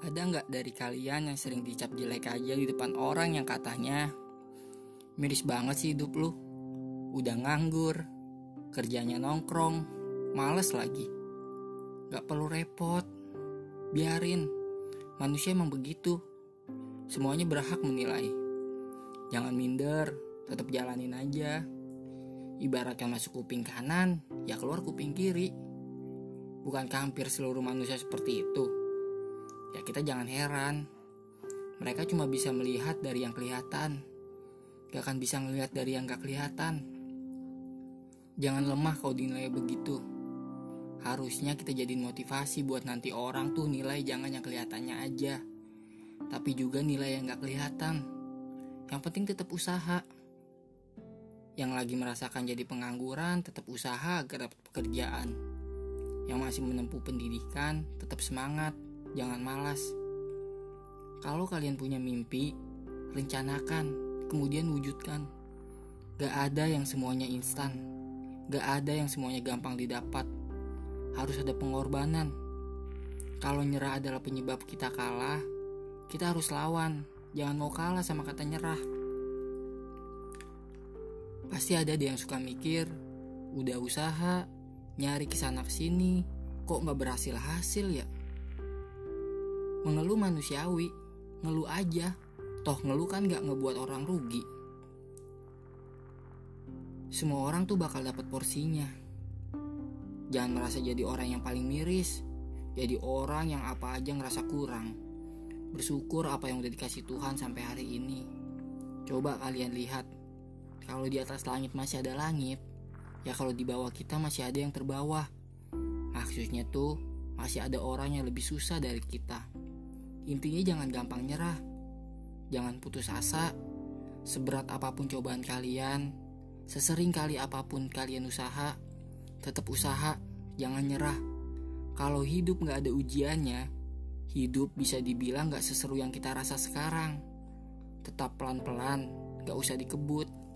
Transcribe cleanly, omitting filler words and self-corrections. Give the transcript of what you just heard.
Ada nggak dari kalian yang sering dicap jelek aja di depan orang yang katanya, miris banget sih hidup lu, udah nganggur, kerjanya nongkrong, males lagi. Gak perlu repot, biarin, manusia emang begitu, semuanya berhak menilai. Jangan minder, tetap jalanin aja. Ibaratkan masuk kuping kanan, ya keluar kuping kiri. Bukankah hampir seluruh manusia seperti itu? Ya kita jangan heran, mereka cuma bisa melihat dari yang kelihatan, gak akan bisa ngelihat dari yang gak kelihatan. Jangan lemah kalau dinilai begitu. Harusnya kita jadiin motivasi buat nanti orang tuh nilai jangan yang kelihatannya aja, tapi juga nilai yang gak kelihatan. Yang penting tetap usaha. Yang lagi merasakan jadi pengangguran, tetap usaha agar dapat pekerjaan. Yang masih menempuh pendidikan, tetap semangat, jangan malas. Kalau kalian punya mimpi, rencanakan, kemudian wujudkan. Gak ada yang semuanya instan, gak ada yang semuanya gampang didapat. Harus ada pengorbanan. Kalau nyerah adalah penyebab kita kalah, kita harus lawan. Jangan mau kalah sama kata nyerah. Pasti ada yang suka mikir, udah usaha, nyari kesana kesini, kok gak berhasil-hasil ya? Mengeluh manusiawi, ngeluh aja. Toh ngeluh kan gak ngebuat orang rugi. Semua orang tuh bakal dapat porsinya. Jangan merasa jadi orang yang paling miris, jadi orang yang apa aja ngerasa kurang. Bersyukur apa yang udah dikasih Tuhan sampai hari ini. Coba kalian lihat, kalau di atas langit masih ada langit, ya kalau di bawah kita masih ada yang terbawah. Maksudnya tuh masih ada orang yang lebih susah dari kita. Intinya jangan gampang nyerah, jangan putus asa. Seberat apapun cobaan kalian, sesering kali apapun kalian usaha, tetap usaha, jangan nyerah. Kalau hidup gak ada ujiannya, hidup bisa dibilang gak seseru yang kita rasa sekarang. Tetap pelan-pelan, gak usah dikebut.